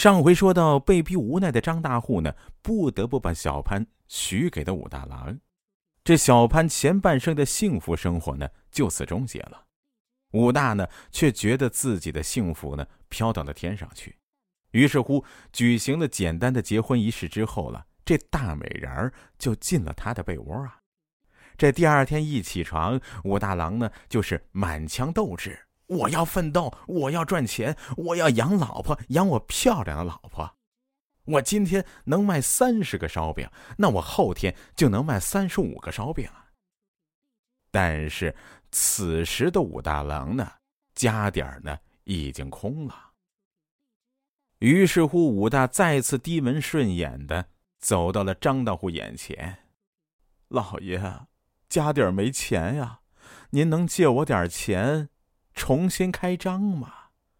上回说到，被逼无奈的张大户呢，不得不把小潘许给了武大郎。这小潘前半生的幸福生活呢，就此终结了。武大呢，却觉得自己的幸福呢，飘到了天上去。于是乎，举行了简单的结婚仪式之后了，这大美人儿就进了他的被窝啊。这第二天一起床，武大郎呢，就是满腔斗志，我要奋斗，我要赚钱，我要养老婆，养我漂亮的老婆。我今天能卖30个烧饼，那我后天就能卖35个烧饼啊。但是此时的武大郎呢，家底儿呢已经空了。于是乎，武大再次低眉顺眼的走到了张大户眼前。老爷，家底儿没钱呀，您能借我点钱重新开张吗？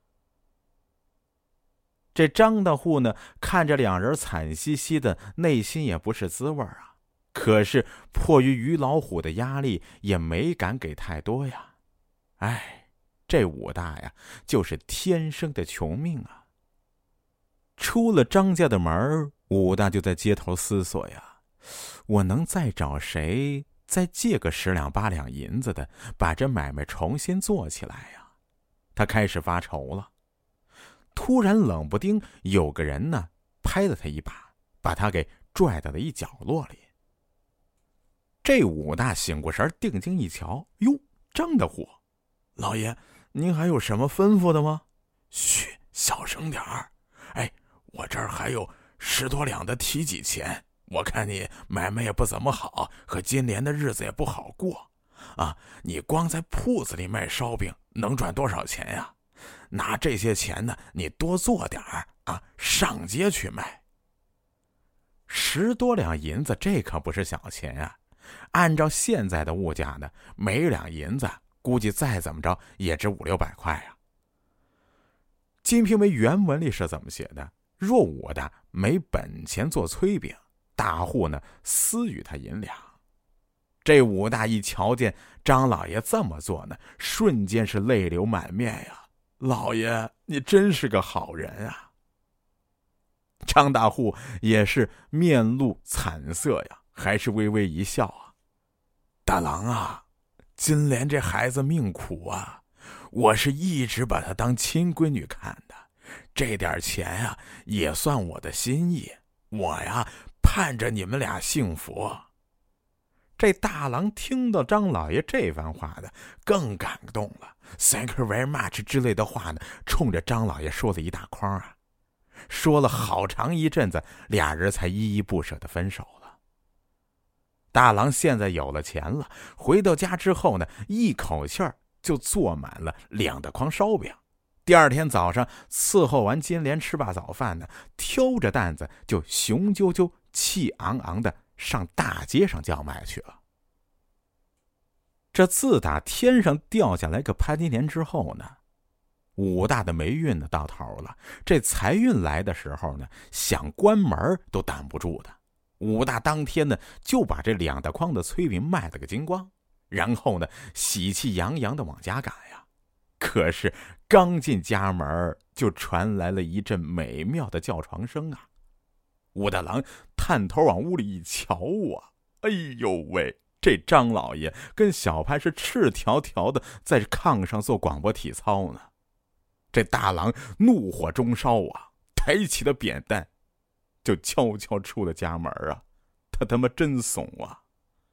这张大户呢，看着两人惨兮兮的，内心也不是滋味啊。可是迫于于老虎的压力，也没敢给太多呀。这武大呀，就是天生的穷命啊。出了张家的门，武大就在街头思索呀，我能再找谁再借个10两8两银子的，把这买卖重新做起来呀？他开始发愁了。突然冷不丁有个人呢，拍了他一把，把他给拽到了一角落里。这武大醒过神，定睛一瞧，哟，张大户，老爷，您还有什么吩咐的吗？嘘，小声点儿。我这儿还有10多两的提己钱，我看你买卖也不怎么好，和金莲的日子也不好过啊！你光在铺子里卖烧饼，能赚多少钱呀？拿这些钱呢，你多做点儿啊，上街去卖。10多两银子，这可不是小钱啊！按照现在的物价呢，每两银子估计再怎么着也值500-600块啊。《金瓶梅》原文里是怎么写的？若武大没本钱做炊饼，大户呢私与他银两。这武大一瞧见张老爷这么做呢，瞬间是泪流满面呀！老爷，你真是个好人啊！张大户也是面露惨色呀，还是微微一笑啊。大郎啊，金莲这孩子命苦啊，我是一直把她当亲闺女看的。这点钱呀，也算我的心意。我呀，盼着你们俩幸福。这大郎听到张老爷这番话的，更感动了。Thank you very much 之类的话呢，冲着张老爷说了一大筐啊。说了好长一阵子，俩人才依依不舍的分手了。大郎现在有了钱了，回到家之后呢，一口气儿就做满了2大筐烧饼。第二天早上伺候完金莲吃罢早饭呢，挑着担子就雄赳赳气昂昂的上大街上叫卖去了。这自打天上掉下来个潘金莲之后呢，武大的霉运呢到头了。这财运来的时候呢，想关门都挡不住的。武大当天呢，就把这2大筐的炊饼卖了个精光，然后呢，喜气洋洋的往家赶呀。可是刚进家门，就传来了一阵美妙的叫床声啊！武大郎探头往屋里一瞧啊，哎呦喂，这张老爷跟小潘是赤条条的在炕上做广播体操呢。这大郎怒火中烧啊，抬起了扁担，就悄悄出了家门啊！他妈真怂啊！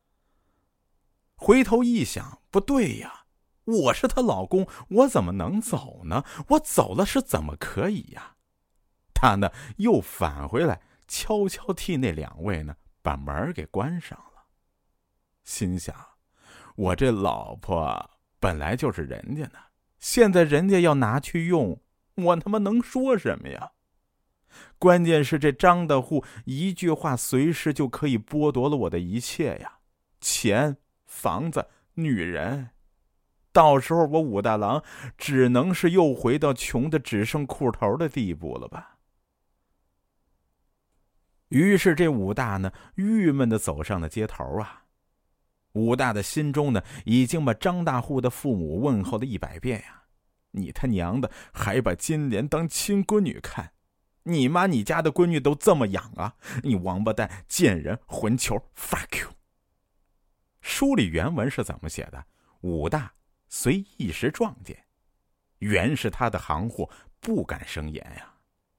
回头一想，不对呀，我是她老公，我怎么能走呢？我走了是怎么可以呀？他呢又返回来，悄悄替那2位呢把门给关上了。心想，我这老婆本来就是人家的，现在人家要拿去用，我他妈能说什么呀？关键是这张大户一句话随时就可以剥夺了我的一切呀，钱、房子、女人。到时候我武大郎只能是又回到穷的只剩裤头的地步了吧。于是这武大呢，郁闷地走上了街头啊。武大的心中呢，已经把张大户的父母问候了100遍呀。你他娘的还把金莲当亲闺女看， 你妈你家的闺女都这么养啊？你王八蛋、贱人、混球 fuck you。 书里原文是怎么写的？武大虽一时壮健，原是他的行货，不敢生言呀。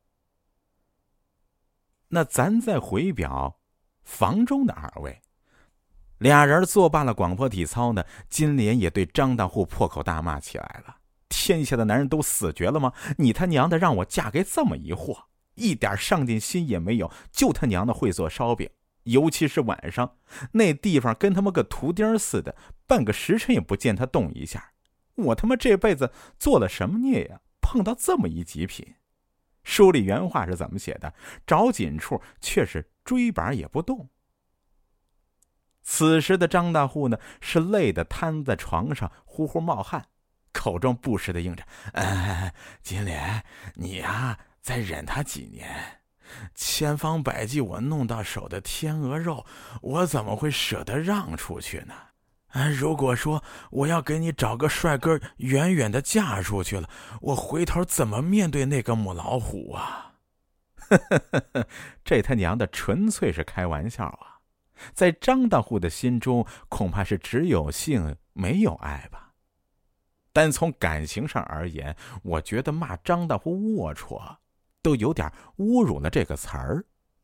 那咱再回表房中的二位，俩人做罢了广播体操呢，金莲也对张大户破口大骂起来了。天下的男人都死绝了吗？你他娘的让我嫁给这么一货，一点上进心也没有，就他娘的会做烧饼，尤其是晚上，那地方跟他妈个图钉似的，半个时辰也不见他动一下。我他妈这辈子做了什么孽呀？碰到这么一极品。书里原话是怎么写的？找紧处却是追板也不动。此时的张大户呢，是累得瘫在床上呼呼冒汗，口中不时的应着：金莲，你呀，再忍他几年，千方百计我弄到手的天鹅肉，我怎么会舍得让出去呢？如果说我要给你找个帅哥远远的嫁出去了，我回头怎么面对那个母老虎啊？这他娘的纯粹是开玩笑啊！在张大户的心中，恐怕是只有性没有爱吧。但从感情上而言，我觉得骂张大户龌龊都有点侮辱了这个词儿。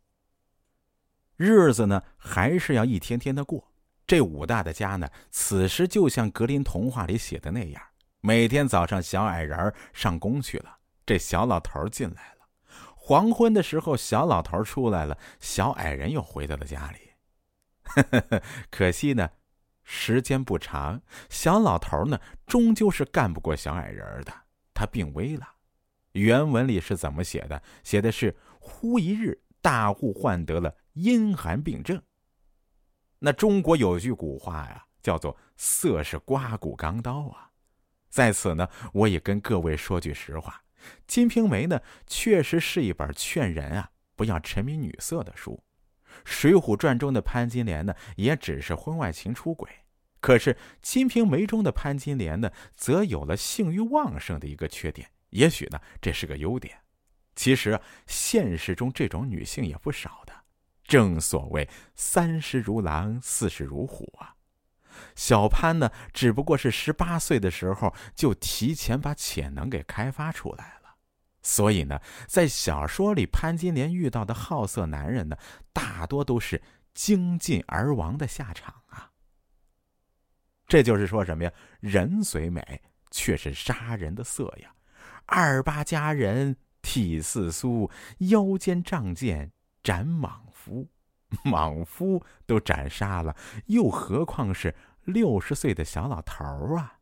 日子呢，还是要一天天的过。这武大的家呢，此时就像格林童话里写的那样，每天早上小矮人上工去了，这小老头进来了，黄昏的时候小老头出来了，小矮人又回到了家里。可惜呢，时间不长，小老头呢终究是干不过小矮人的，他病危了。原文里是怎么写的？写的是忽一日，大户患得了阴寒病症。那中国有句古话呀，叫做色是刮骨钢刀啊。在此呢，我也跟各位说句实话，《金瓶梅》呢确实是一本劝人不要沉迷女色的书。《水浒传》中的潘金莲呢，也只是婚外情出轨。可是《金瓶梅》中的潘金莲呢，则有了性欲旺盛的一个缺点，也许呢这是个优点。其实现实中这种女性也不少的。正所谓30如狼，40如虎啊。小潘呢，只不过是18岁的时候就提前把潜能给开发出来了。所以呢，在小说里潘金莲遇到的好色男人呢，大多都是精尽而亡的下场啊。这就是说什么呀？人虽美，却是杀人的色呀。28佳人体似酥，腰间仗剑斩莽夫。莽夫都斩杀了，又何况是60岁的小老头啊。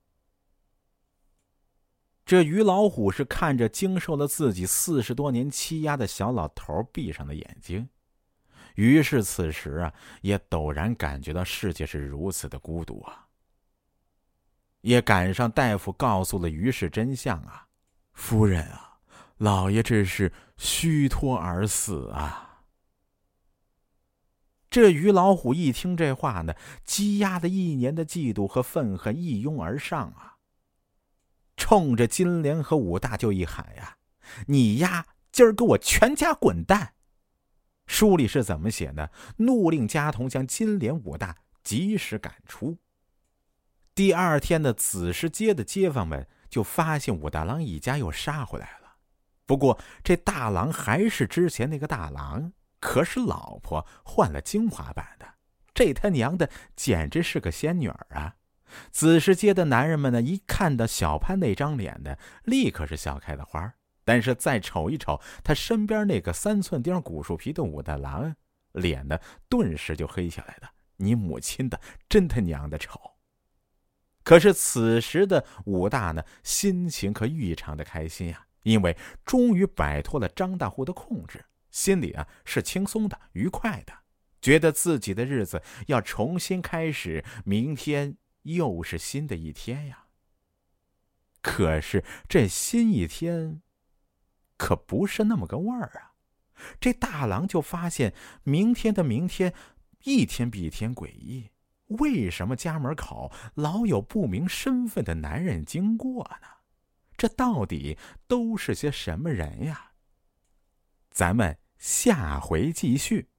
这于老虎是看着经受了自己40多年欺压的小老头闭上了眼睛，于是此时也陡然感觉到世界是如此的孤独啊。也赶上大夫告诉了于氏真相啊，夫人啊，老爷这是虚脱而死啊。这于老虎一听这话呢，积压了1年的嫉妒和愤恨一拥而上啊，冲着金莲和武大就一喊呀：你丫今儿给我全家滚蛋！书里是怎么写的？怒令家童将金莲、武大及时赶出。第2天的子时街的街坊们就发现武大郎一家又杀回来了。不过这大郎还是之前那个大郎，可是老婆换了精华版的，这他娘的简直是个仙女啊！子时街的男人们呢，一看到小潘那张脸呢，立刻是笑开了花。但是再瞅一瞅他身边那个3寸丁古树皮的武大郎，脸呢顿时就黑下来了。你母亲的真他娘的丑！可是此时的武大呢，心情可异常的开心啊，因为终于摆脱了张大户的控制，心里是轻松的、愉快的，觉得自己的日子要重新开始，明天又是新的一天呀。可是这新一天可不是那么个味儿啊！这大郎就发现明天的明天一天比一天诡异，为什么家门口老有不明身份的男人经过呢？这到底都是些什么人呀？ 咱们下回继续。